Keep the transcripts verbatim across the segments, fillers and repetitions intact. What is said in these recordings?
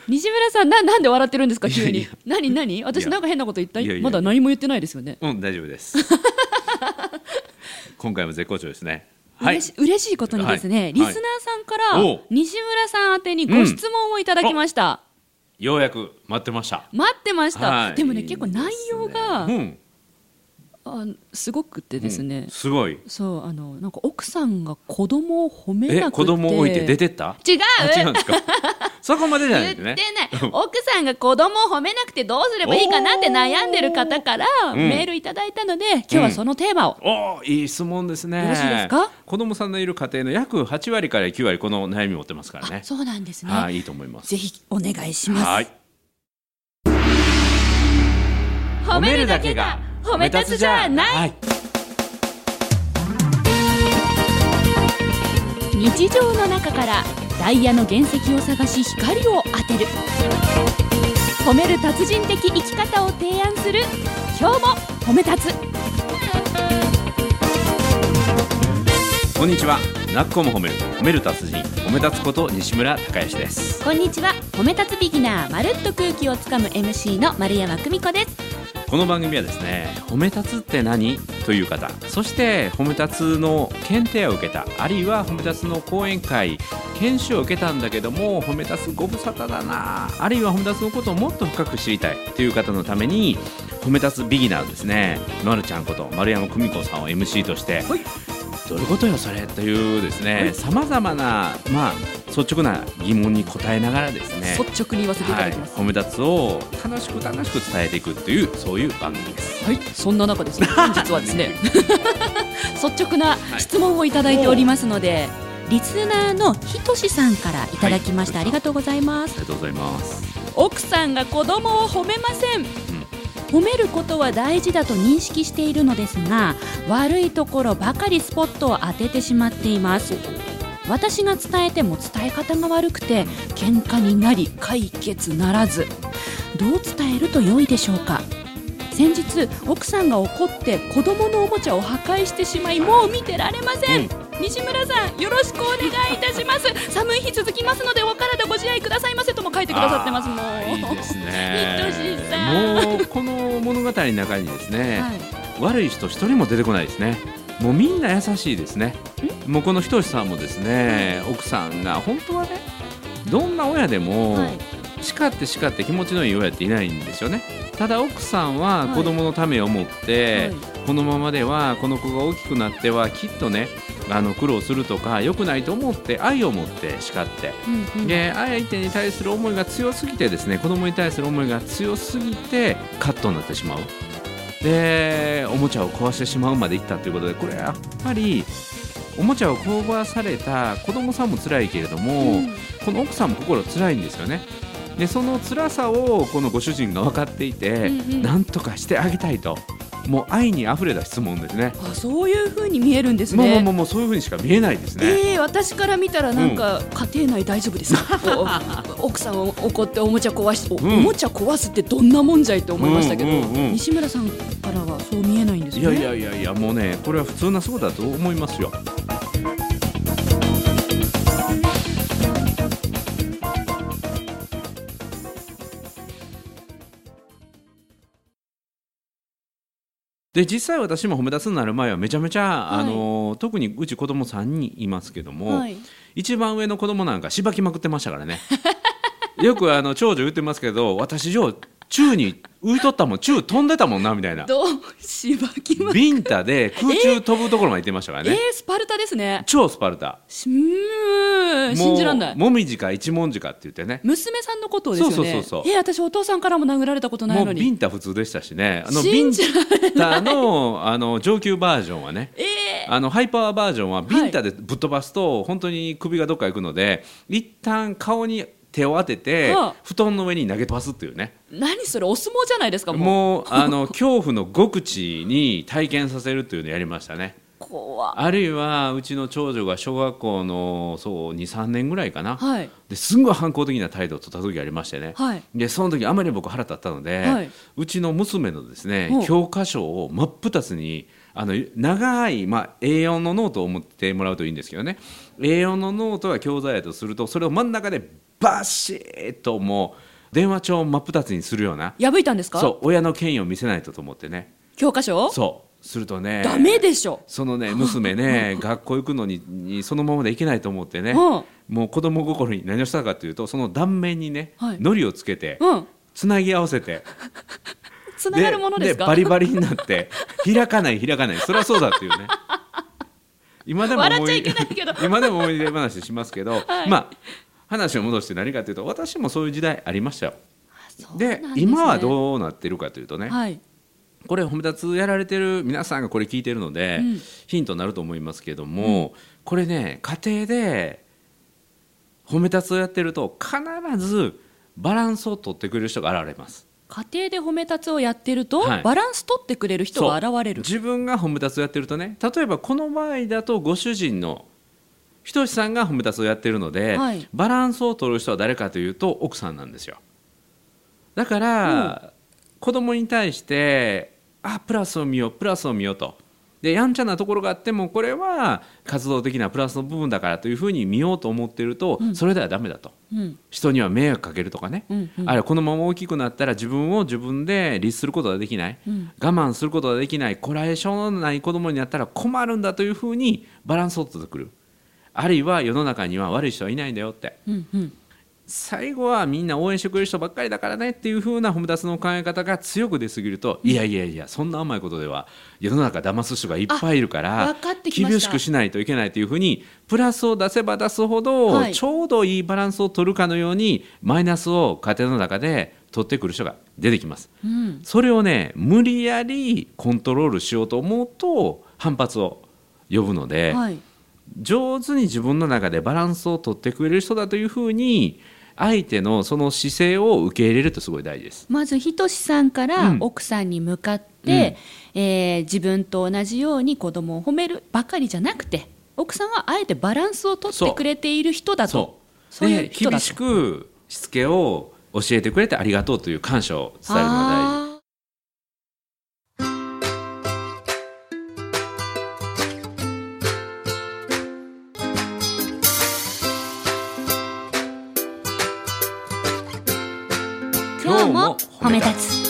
西村さん な, なんで笑ってるんですか急に。 いやいや何何私なんか変なこと言った？ いやいやいやまだ何も言ってないですよね。 うん大丈夫です今回も絶好調ですね。はい、 嬉し嬉しいことにですね、 はいリスナーさんからおう西村さん宛てにご質問をいただきました、 ようやく待ってました。 待ってました、 はい、 でもね結構内容がいいですね、 あすごくてですね、 うん、すごい。 そうあのなんか奥さんが子供を褒めなくて、 え子供を置いて出てった？ 違うあ違うんですかそこまでじゃない言ってですね。 ない奥さんが子供を褒めなくてどうすればいいかなって悩んでる方からうんメールいただいたので、今日はそのテーマを、 おーいい質問ですね。 よろしいですか？ 子供さんのいる家庭の約はち割からきゅう割この悩み持ってますからね。 あそうなんですね。 はい、いいと思います。 ぜひお願いします。 はい、 褒めるだけが褒め立つじゃない、 はい、 日常の中からダイヤの原石を探し光を当てる、褒める達人的生き方を提案する今日も褒め立つ。 こんにちは。なっこも褒める褒める達人褒め立つこと西村孝之です。 こんにちは。褒め立つビギナーまるっと空気をつかむ エムシー の丸山久美子です。 この番組はですね、褒め立つって何という方、そして褒め立つの検定を受けた、あるいは褒め立つの講演会研修を受けたんだけども褒め立つご無沙汰だな、あるいは褒め立つのことをもっと深く知りたいという方のために、褒め立つビギナーですね、まるちゃんこと丸山久美子さんを エムシー として、はい、どういうことよそれというですね、さまざまな、まあ、率直な疑問に答えながらですね、 率直に言わせていただきます、 はい、褒め立つを楽しく楽しく伝えていくというそういう番組です。 はい、そんな中ですね本日はですね率直な質問をいただいておりますので、はい、リスナーのひとしさんからいただきました、はい、ありがとうございます。 ありがとうございます。 奥さんが子供を褒めません、うん褒めることは大事だと認識しているのですが、悪いところばかりスポットを当ててしまっています。私が伝えても伝え方が悪くて喧嘩になり解決ならず、どう伝えると良いでしょうか。先日奥さんが怒って子供のおもちゃを破壊してしまい、もう見てられません、うん、西村さんよろしくお願いいたします寒い日続きますのでお体ご自愛くださいませとも書いてくださってます。もういいですねひとしさん、 もうこの物語の中にですね、はい、悪い人一人も出てこないですね。もうみんな優しいですね。もうこのひとしさんもですね、うん、奥さんが本当はね、どんな親でも、はい、叱って叱って気持ちのいい親っていないんですよね。ただ奥さんは子供のためを思って、はいはい、このままではこの子が大きくなってはきっとね、あの苦労するとか良くないと思って愛を持って叱って、うんうん、で相手に対する思いが強すぎてですね、子供に対する思いが強すぎてカットになってしまう。でおもちゃを壊してしまうまでいったということで、これやっぱりおもちゃを壊された子供さんも辛いけれども、うん、この奥さんも心辛いんですよね。でその辛さをこのご主人が分かっていて、うんうん、なんとかしてあげたいと、もう愛にあふれた質問ですね。 あ、そういう風に見えるんですね。 もうもうもうそういう風にしか見えないですね。 えー、私から見たらなんか、うん、家庭内大丈夫ですか奥さんを怒っておもちゃ壊し、うん、おもちゃ壊すってどんなもんじゃいって思いましたけど、うんうんうん、西村さんからはそう見えないんですね。 いやいやいやいや、もうね、これは普通なそうだと思いますよ。で実際私も褒め立つになる前はめちゃめちゃ、はい、あの特にうち子供さんにんいますけども、はい、一番上の子供なんかしばきまくってましたからねよくあの長女言ってますけど、私よう宙に浮いとったもん、宙飛んでたもんなみたいな。 どうしばきまくビンタで空中飛ぶところまで行ってましたからね。 えー、えー、スパルタですね。 超スパルタ。 しー信じらんない。 もみじか一文字かって言ってね、 娘さんのことをですよね。 そうそうそうそう。 えー、私お父さんからも殴られたことないのに。 もうビンタ普通でしたしね。あのビンタ の, あの上級バージョンはね、えー、あのハイパワーバージョンはビンタでぶっ飛ばすと、はい、本当に首がどっか行くので、一旦顔に手を当てて、はあ、布団の上に投げ飛ばすっていうね。 何それ、お相撲じゃないですか。もう、 もうあの恐怖の極致に体験させるっていうのをやりましたね。 怖。 あるいはうちの長女が小学校のそう に,さん 年ぐらいかな、はい、ですんごい反抗的な態度を取った時がありましてね、はい、でその時あまり僕腹立ったので、はい、うちの娘のですね教科書を真っ二つに、あの長い、まあ、エーよん のノートを持ってもらうといいんですけどね、エーよん のノートが教材やとすると、それを真ん中でババシッともう電話帳を真っ二つにするような、 破いたんですか？ そう親の権威を見せないとと思ってね。 教科書？ そうするとねダメでしょ。 そのね娘ね学校行くの に, にそのままでいけないと思ってね、 うん、 もう子供心に何をしたかというと、その断面にね、はい、糊をつけて、うん、つなぎ合わせてつながるものですか？ でバリバリになって開かない開かない、そりゃそうだっていうね今でも笑っちゃいけないけど今でも思い出話しますけど、はい、まあ話を戻して何かというと、私もそういう時代ありましたよ。で、ね、今はどうなってるかというとね、はい、これ褒め立つやられてる皆さんがこれ聞いてるので、うん、ヒントになると思いますけども、うん、これね家庭で褒め立つをやってると必ずバランスを取ってくれる人が現れます。 家庭で褒め立つをやってると、はい、バランス取ってくれる人が現れる。 自分が褒め立つをやってるとね、例えばこの場合だとご主人のひとしさんが褒め立つをやってるので、はい、バランスを取る人は誰かというと奥さんなんですよ。だから、うん、子供に対してあプラスを見ようプラスを見ようと、でやんちゃなところがあってもこれは活動的なプラスの部分だからというふうに見ようと思っていると、うん、それではダメだと、うん、人には迷惑かけるとかね、うんうん、あるいはこのまま大きくなったら自分を自分で律することができない、うん、我慢することができない、こらえ性のない子供になったら困るんだというふうにバランスを取ってくる。あるいは世の中には悪い人はいないんだよって、うんうん、最後はみんな応援してくれる人ばっかりだからねっていう風な褒め立つの考え方が強く出すぎると、うん、いやいやいやそんな甘いことでは世の中騙す人がいっぱいいるから厳しくしないといけないという風にプラスを出せば出すほど、はい、ちょうどいいバランスを取るかのようにマイナスを家庭の中で取ってくる人が出てきます、うん、それをね無理やりコントロールしようと思うと反発を呼ぶので、はい、上手に自分の中でバランスを取ってくれる人だというふうに相手のその姿勢を受け入れるとすごい大事です。 まずひとしさんから奥さんに向かって、うんえー、自分と同じように子供を褒めるばかりじゃなくて、奥さんはあえてバランスを取ってくれている人だと、 そうそういう人だと、で厳しくしつけを教えてくれてありがとうという感謝を伝えるのが大事。 今日も褒め立つ。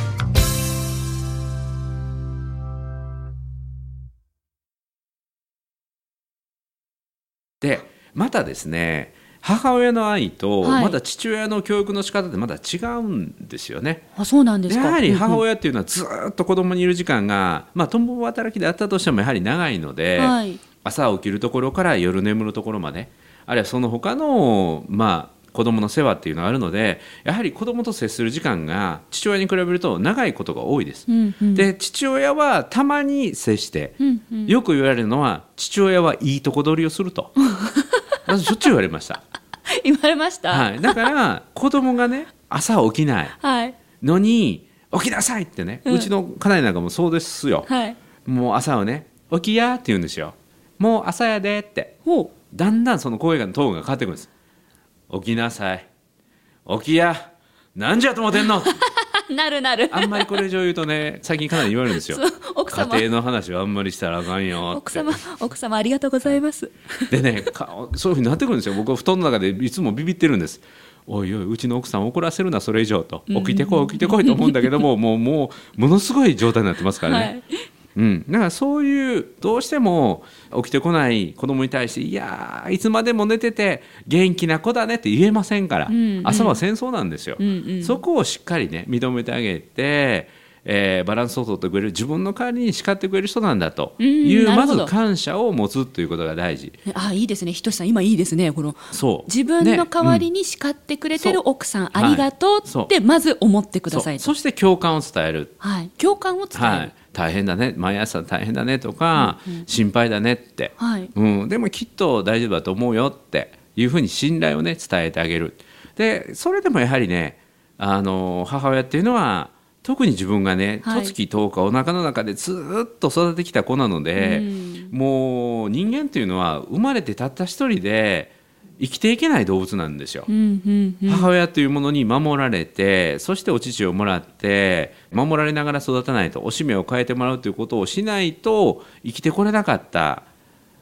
でまたですね、母親の愛とまた父親の教育の仕方ってまた違うんですよね。 あ、そうなんですか。 やはり母親っていうのはずっと子供にいる時間が、まあ、共働きであったとしてもやはり長いので、はい、朝起きるところから夜眠るところまで、あるいはその他のまあ子供の世話っていうのがあるので、やはり子供と接する時間が父親に比べると長いことが多いです、うんうん、で父親はたまに接して、うんうん、よく言われるのは父親はいいとこ取りをするとまずしょっちゅう言われました言われました、 はい、だから子供がね朝起きないのに、はい、起きなさいってね、うん、うちの家内なんかもそうですよ、はい、もう朝はね起きやって言うんですよ。もう朝やでって。ほう。だんだんその声がトーンが変わってくるんです。起きなさい、起きや、なんじゃと思ってんのなるなる。 あんまりこれ以上言うとね、最近かなり言われるんですよ。奥様、家庭の話はあんまりしたらあかんよって。 奥様、奥様ありがとうございます。 でね、そういうふうになってくるんですよ。僕は布団の中でいつもビビってるんです。おいおい、うちの奥さん怒らせるなそれ以上と、起きてこい起きてこいと思うんだけどももうもうものすごい状態になってますからね、はい、うん、だからそういうどうしても起きてこない子供に対していやいつまでも寝てて元気な子だねって言えませんから、うんうん、朝は戦争なんですよ、うんうん、そこをしっかりね認めてあげて、えー、バランスを取ってくれる自分の代わりに叱ってくれる人なんだという、うん、まず感謝を持つということが大事。 あ、いいですね、ひとしさん今いいですね。このそう自分の代わりに叱ってくれてる奥さん、ね、うん、ありがとうってまず思ってくださいと。 そ, そして共感を伝える、 はい、共感を伝える、はい、 大変だね、毎朝大変だねとか、うんうん、心配だねって、はい、うん、でもきっと大丈夫だと思うよっていうふうに信頼をね伝えてあげる。でそれでもやはりね、あの母親っていうのは特に自分がね十月十日お腹の中でずっと育ててきた子なので、うん、もう人間っていうのは生まれてたった一人で生きていけない動物なんですよ、うんうんうん、母親というものに守られて、そしてお乳をもらって守られながら育たないと、おしめを変えてもらうということをしないと生きてこれなかった、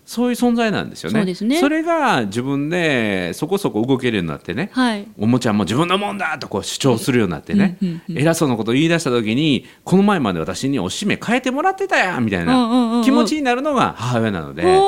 そういう存在なんですよね。 そうですね。 それが自分でそこそこ動けるようになってね、 はい、 おもちゃも自分のもんだとこう主張するようになってね、うんうんうん、偉そうなことを言い出した時にこの前まで私におしめ変えてもらってたやんみたいな気持ちになるのが母親なので、うんうんうん、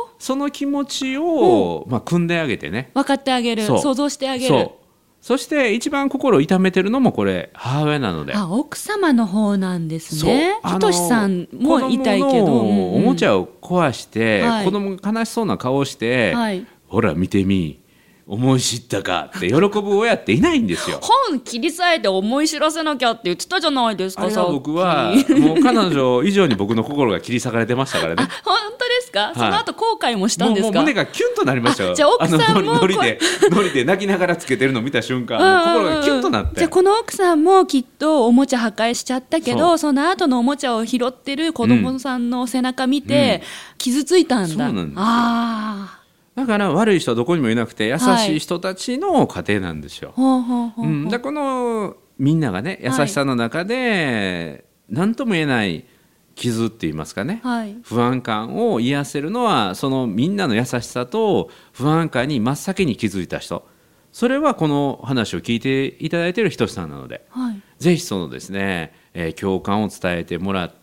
その気持ちを、まあ、汲んであげてね、 分かってあげる、想像してあげる。 そう、そして一番心を痛めてるのもこれ母親なので。 あ、奥様の方なんですね。ひとしさんも痛いけど、子供のおもちゃを壊して、 うんうん、 子供が悲しそうな顔して、はい、ほら見てみ思い知ったかって喜ぶ親っていないんですよ。 本切り裂いて思い知らせなきゃって言ってたじゃないですか。 あれは僕はもう彼女以上に僕の心が切り裂かれてましたからね。 本当ですか、はい、その後後悔もしたんですか。 もうもう胸がキュンとなりましたよ。 じゃあ奥さんもノリでノリで泣きながらつけてるのを見た瞬間、もう心がキュンとなって、 じゃあこの奥さんもきっとおもちゃ破壊しちゃったけど、 そ, その後のおもちゃを拾ってる子供さんの背中見て傷ついたんだ、うんうん、そうなんですよ。あだから悪い人はどこにもいなくて優しい人たちの家庭なんですよ。だこのみんながね優しさの中で何とも言えない傷って言いますかね、はい、不安感を癒せるのはそのみんなの優しさと不安感に真っ先に気づいた人、それはこの話を聞いていただいているひとしさんなので、はい、ぜひそのですね、えー、共感を伝えてもらって、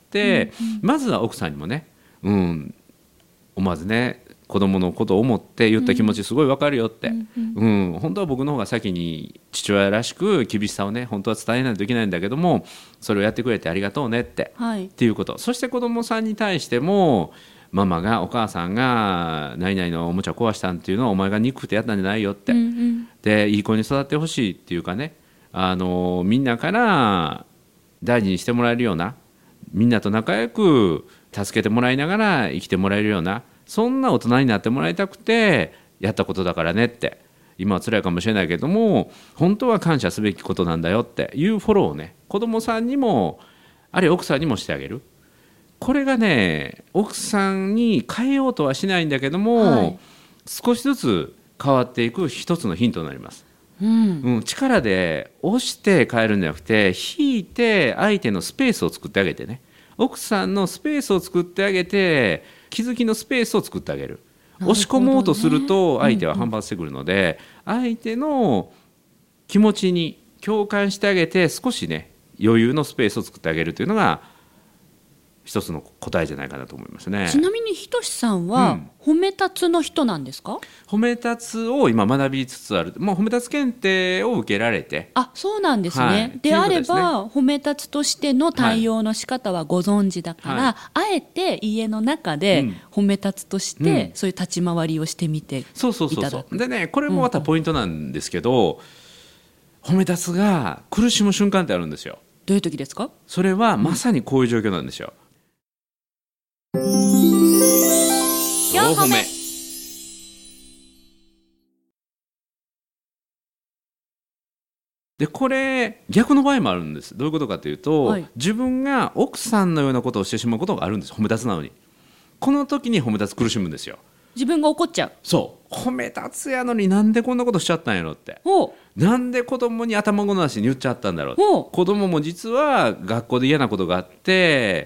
うんうん、まずは奥さんにもね、うん、思わずね子供のことを思って言った気持ちすごい分かるよって、うんうんうん、本当は僕の方が先に父親らしく厳しさをね本当は伝えないといけないんだけども、それをやってくれてありがとうねって、はい、っていうこと。そして子供さんに対してもママがお母さんが何々のおもちゃ壊したんっていうのはお前が憎くてやったんじゃないよって、うんうん、でいい子に育ってほしいっていうかね、あのみんなから大事にしてもらえるような、みんなと仲良く助けてもらいながら生きてもらえるような、そんな大人になってもらいたくてやったことだからねって、今は辛いかもしれないけども本当は感謝すべきことなんだよっていうフォローをね子供さんにもあるいは奥さんにもしてあげる。これがね奥さんに変えようとはしないんだけども、はい、少しずつ変わっていく一つのヒントになります。うんうん、力で押して変えるんじゃなくて引いて相手のスペースを作ってあげてね、奥さんのスペースを作ってあげて気づきのスペースを作ってあげる。押し込もうとすると相手は反発してくるので、うんうん、相手の気持ちに共感してあげて少しね余裕のスペースを作ってあげるというのが一つの答えじゃないかなと思いますね。 ちなみにひとしさんは褒め立つの人なんですか？うん、 褒め立つを今学びつつある、もう褒め立つ検定を受けられて。 あ、そうなんですね。はい、であれば褒め立つとしての対応の仕方はご存知だから、はい、あえて家の中で褒め立つとして、うん、そういう立ち回りをしてみていただく。 そうそうそうそうでね、これもまたポイントなんですけど、うん、褒め立つが苦しむ瞬間ってあるんですよ。 どういう時ですか？ それはまさにこういう状況なんですよ。 よんほめ。 でこれ逆の場合もあるんです。どういうことかというと、はい、自分が奥さんのようなことをしてしまうことがあるんです。褒め立つなのに。この時に褒め立つ苦しむんですよ。 自分が怒っちゃう。 そう褒め立つやのになんでこんなことしちゃったんやろって、なんで子供に頭ごなしに言っちゃったんだろうって。子供も実は学校で嫌なことがあって、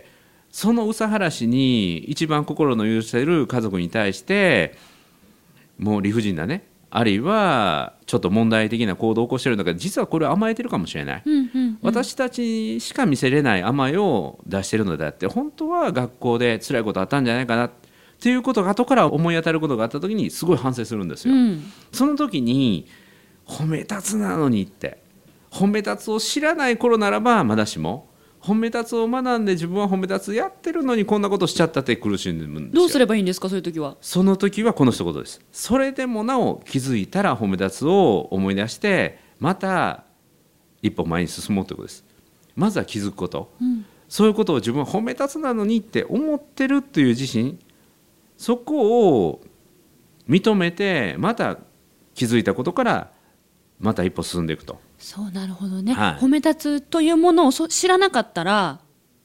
そのうさはらしに一番心の許せる家族に対してもう理不尽なね、あるいはちょっと問題的な行動を起こしてるんだけど、実はこれ甘えてるかもしれない、うんうんうん、私たちしか見せれない甘えを出してるのであって、本当は学校で辛いことあったんじゃないかなっていうことが後から思い当たることがあった時にすごい反省するんですよ、うん、その時に褒め立つなのにって、褒め立つを知らない頃ならばまだしも、褒め立つを学んで自分は褒め立つやってるのにこんなことしちゃったって苦しんでるんですよ。 どうすればいいんですか？そういう時は。 その時はこの一言です。それでもなお気づいたら褒め立つを思い出してまた一歩前に進もうということです。まずは気づくこと、うん、そういうことを自分は褒め立つなのにって思ってるという自信、そこを認めてまた気づいたことからまた一歩進んでいくと。 そう、なるほどね、はい、褒め立つというものをそ知らなかったら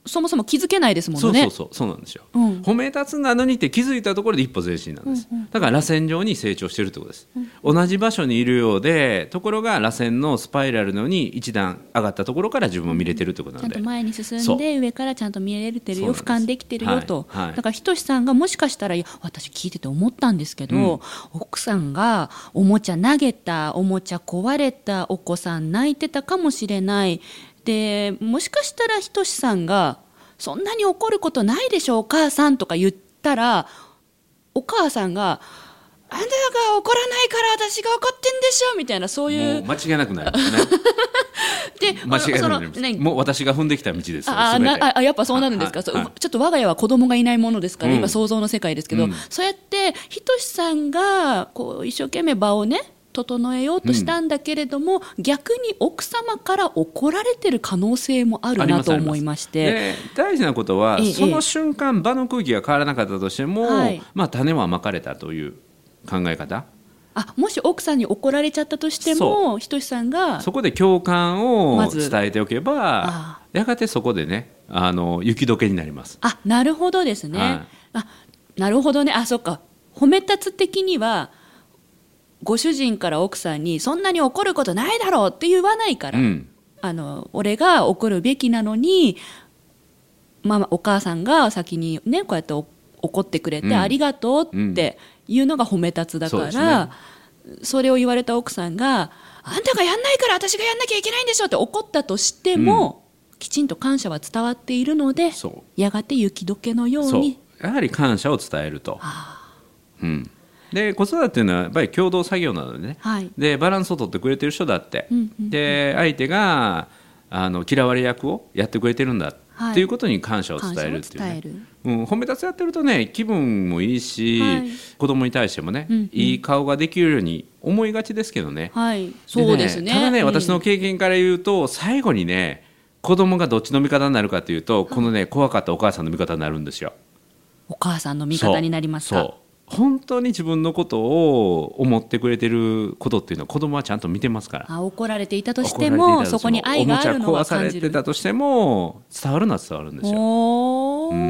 そもそも気づけないですもんね。 そうそうそうそうなんですよ、うん、褒め立つなのにって気づいたところで一歩前進なんです、うんうん、だから螺旋状に成長してるってことです、うん、同じ場所にいるようでところが螺旋のスパイラルのように一段上がったところから自分を見れてるってことなんで、 ちゃんと前に進んで上からちゃんと見れてるよ、俯瞰できてるよと、はいはい、だからひとしさんがもしかしたら、いや私聞いてて思ったんですけど、うん、奥さんがおもちゃ投げた、おもちゃ壊れた、お子さん泣いてたかもしれないで、もしかしたらひとしさんがそんなに怒ることないでしょお母さんとか言ったら、お母さんがあんたが怒らないから私が怒ってんでしょみたいな、そういうもう間違いなくなるんですねで間違いなくなります、ね、もう私が踏んできた道ですから。 ああやっぱそうなるんですか、はいはい、ちょっと我が家は子供がいないものですから、うん、今想像の世界ですけど、うん、そうやってひとしさんがこう一生懸命場をね整えようとしたんだけれども、うん、逆に奥様から怒られてる可能性もあるなと思いまして、 で大事なことは、ええ、その瞬間場の空気が変わらなかったとしても、はい、まあ、種はまかれたという考え方。 あ、もし奥さんに怒られちゃったとしてもひとしさんがそこで共感を伝えておけば、ま、やがてそこでねあの雪解けになります。 あ、なるほどですね、はい、あ、なるほどね。あ、そっか、褒め立つ的にはご主人から奥さんにそんなに怒ることないだろうって言わないから、うん、あの俺が怒るべきなのに、まあ、お母さんが先にねこうやって怒ってくれて、うん、ありがとうっていうのが褒め立つだから、うん、 そ, ね、それを言われた奥さんがあんたがやんないから私がやんなきゃいけないんでしょって怒ったとしても、うん、きちんと感謝は伝わっているので、やがて雪解けのようにやはり感謝を伝えると、うん、で子育てっていうのはやっぱり共同作業なのでね、はい、でバランスを取ってくれてる人だって、うんうんうん、で相手があの嫌われ役をやってくれてるんだっていうことに感謝を伝えるっていうね、うん、褒め立つやってるとね気分もいいし、はい、子供に対してもね、うんうん、いい顔ができるように思いがちですけどね、 はい、そうですね。 ただね、うん、私の経験から言うと最後にね子供がどっちの味方になるかというと、このね怖かったお母さんの味方になるんですよ。 お母さんの味方になりますか。 そうそう、本当に自分のことを思ってくれてることっていうのは子供はちゃんと見てますから。 あ、怒られていたとしてもそこに愛があるのは感じる。 おもちゃ壊されてたとしても伝わるのは伝わるんですよ。お、うん、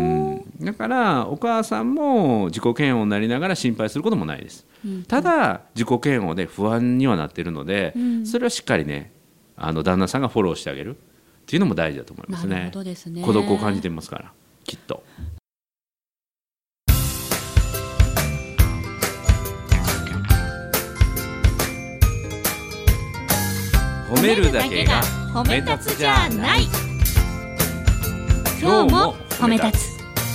だからお母さんも自己嫌悪になりながら心配することもないです、うん、ただ自己嫌悪で不安にはなっているので、うん、それはしっかりねあの旦那さんがフォローしてあげるっていうのも大事だと思いますね。 なるほどですね。 孤独を感じてますからきっと。褒めるだけが褒め立つじゃない。 今日も褒め立つ。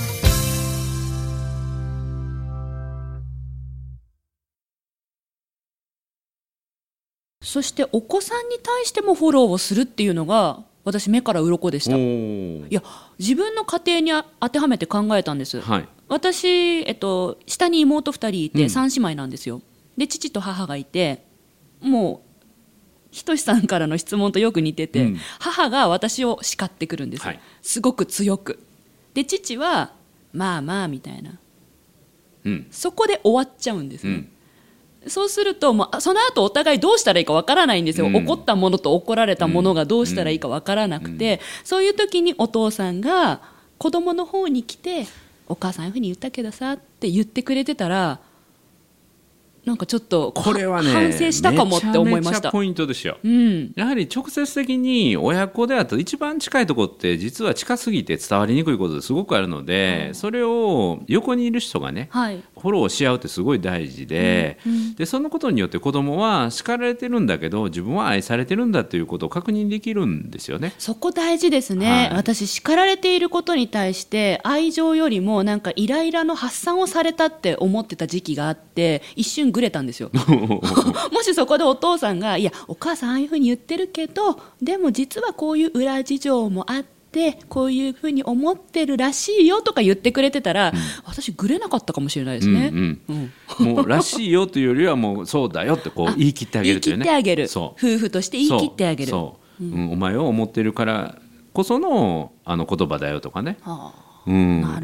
そしてお子さんに対してもフォローをするっていうのが私目から鱗でした。いや自分の家庭に当てはめて考えたんです、はい、私、えっと、下に妹ふたりいてさん姉妹なんですよ。で父と母がいて、もうひとしさんからの質問とよく似てて、うん、母が私を叱ってくるんです、はい、すごく強く。で父はまあまあみたいな、うん、そこで終わっちゃうんですね、うん、そうするともうその後お互いどうしたらいいかわからないんですよ、うん、怒ったものと怒られたものがどうしたらいいかわからなくて、うん、そういう時にお父さんが子供の方に来てお母さんああいうふうに言ったけどさって言ってくれてたらなんかちょっとこれはね反省したかもって思いました。 めちゃめちゃポイントですよ、 うん、 やはり直接的に親子であった一番近いところって実は近すぎて伝わりにくいことですごくあるので、うん、それを横にいる人がね、はい、フォローし合うってすごい大事で、うんうん、でそのことによって子供は叱られてるんだけど自分は愛されてるんだということを確認できるんですよね。 そこ大事ですね、はい、私叱られていることに対して愛情よりもなんかイライラの発散をされたって思ってた時期があって一瞬グレたんですよもしそこでお父さんがいやお母さんああいうふうに言ってるけどでも実はこういう裏事情もあってこういうふうに思ってるらしいよとか言ってくれてたら、うん、私グレなかったかもしれないですね、うんうんうん、もうらしいよというよりはもうそうだよってこう言い切ってあげるというね。 言い切ってあげる、夫婦として言い切ってあげる。 そうそう、うん、お前を思ってるからこそのあの言葉だよとかね、はあ、うん、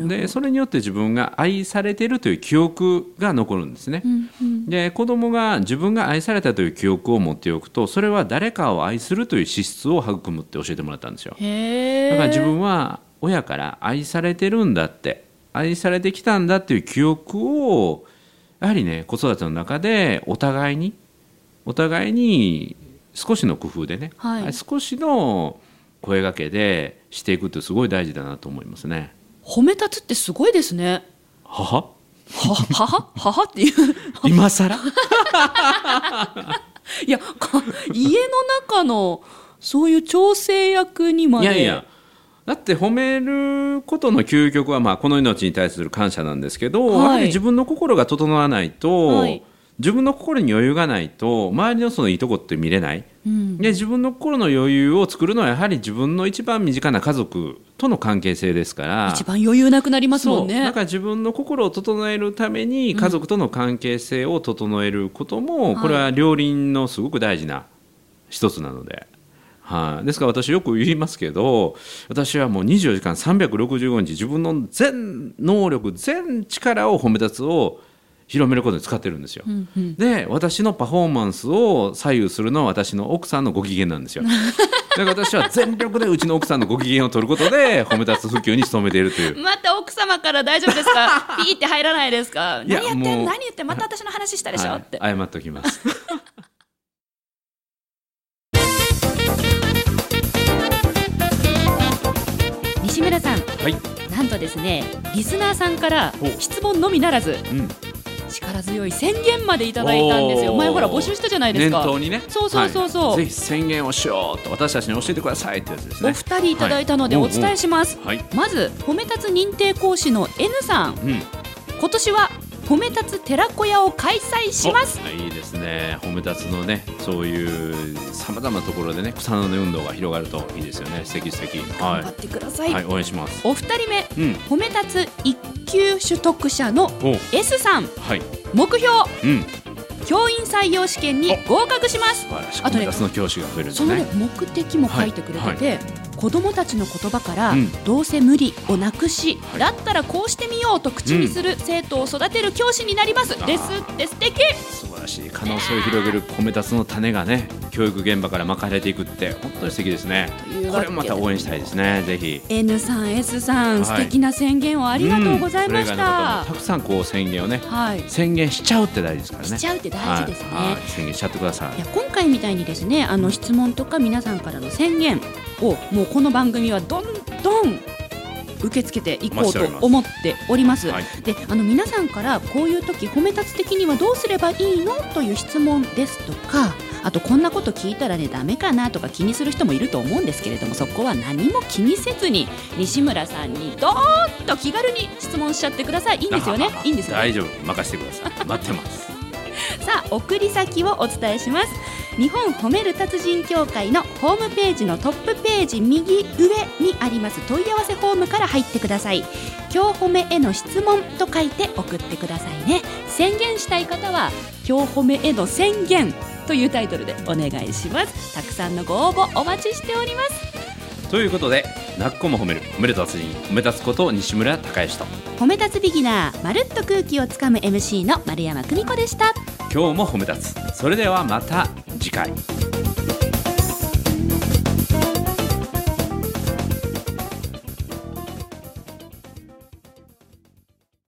でそれによって自分が愛されているという記憶が残るんですね、うんうん、で子供が自分が愛されたという記憶を持っておくとそれは誰かを愛するという資質を育むって教えてもらったんですよ。へー。だから自分は親から愛されてるんだって、愛されてきたんだっていう記憶をやはりね、子育ての中でお互いにお互いに少しの工夫でね、はい、少しの声掛けでしていくってすごい大事だなと思いますね。 褒め立つってすごいですね。 母は母母っていう今更いや家の中のそういう調整役にまで。 いやいや、だって褒めることの究極はまあこの命に対する感謝なんですけど、はい、やはり自分の心が整わないと、はい、自分の心に余裕がないと周りのそのいいとこって見れない、うん、で自分の心の余裕を作るのはやはり自分の一番身近な家族との関係性ですから、 一番余裕なくなりますもんね。 そうだから自分の心を整えるために家族との関係性を整えることも、うん、これは両輪のすごく大事な一つなので、はい、ですから私よく言いますけど、私はもうにじゅうよじかんさんびゃくろくじゅうごにち自分の全能力全力を褒め立つを広めることに使ってるんですよ、うんうん、で私のパフォーマンスを左右するのは私の奥さんのご機嫌なんですよだから私は全力でうちの奥さんのご機嫌を取ることで褒め立つ普及に努めているというまた奥様から大丈夫ですかピーって入らないですか何やってん何言ってまた私の話したでしょ、はい、って謝っておきます西村さん、 はい、 なんとですね、リスナーさんから質問のみならず、うん、力強い宣言までいただいたんですよ。前ほら募集したじゃないですか。 念頭にね。 そうそうそうそう、 はい、ぜひ宣言をしようと私たちに教えてくださいってやつですね。 お二人いただいたのでお伝えします、 はい、 まず褒め立つ認定講師の N さん、うん、今年は褒め立つ寺子屋を開催します。 いいですね。褒め立つのね、そういうさまざまなところでね、草の根運動が広がるといいですよね。素敵素敵。 頑張ってください。 はい、応援します。 お二人目、うん、褒め立つ一級取得者の S さん、はい、目標、うん、教員採用試験に合格します。 あとね、褒め立つの教師が増えるんですね。 その、ね、目的も書いてくれてて、はいはい、子どもたちの言葉から、うん、どうせ無理をなくし、はい、だったらこうしてみようと口にする生徒を育てる教師になります、うん、ですって素敵。 素晴らしい。可能性を広げる褒め立つの種がね、教育現場からまかれていくって本当に素敵ですね。これもまた応援したいですね。ぜひ N さん S さん、はい、素敵な宣言をありがとうございました、うん、 たくさんこう宣言をね、はい、宣言しちゃうって大事ですからね。 しちゃうって大事ですね、はいはい、 宣言しちゃってください。 いや、今回みたいにですね、あの質問とか皆さんからの宣言をもうこの番組はどんどん受け付けていこうと思っております。はい、で、あの皆さんからこういう時褒め立つ的にはどうすればいいのという質問ですとか、あとこんなこと聞いたらねダメかなとか気にする人もいると思うんですけれども、そこは何も気にせずに西村さんにどーっと気軽に質問しちゃってください。いいんですよね。いいんですよね。 大丈夫、任せてください。待ってますさあ、送り先をお伝えします。日本褒める達人協会のホームページのトップページ右上にあります問い合わせフォームから入ってください。今日褒めへの質問と書いて送ってくださいね。宣言したい方は今日褒めへの宣言というタイトルでお願いします。たくさんのご応募お待ちしております。 ということで、なっこも褒める褒める達人、褒め立つこと西村孝之と褒め立つビギナー、まるっと空気をつかむ エムシー の丸山久美子でした。 今日も褒め立つ。それではまた次回。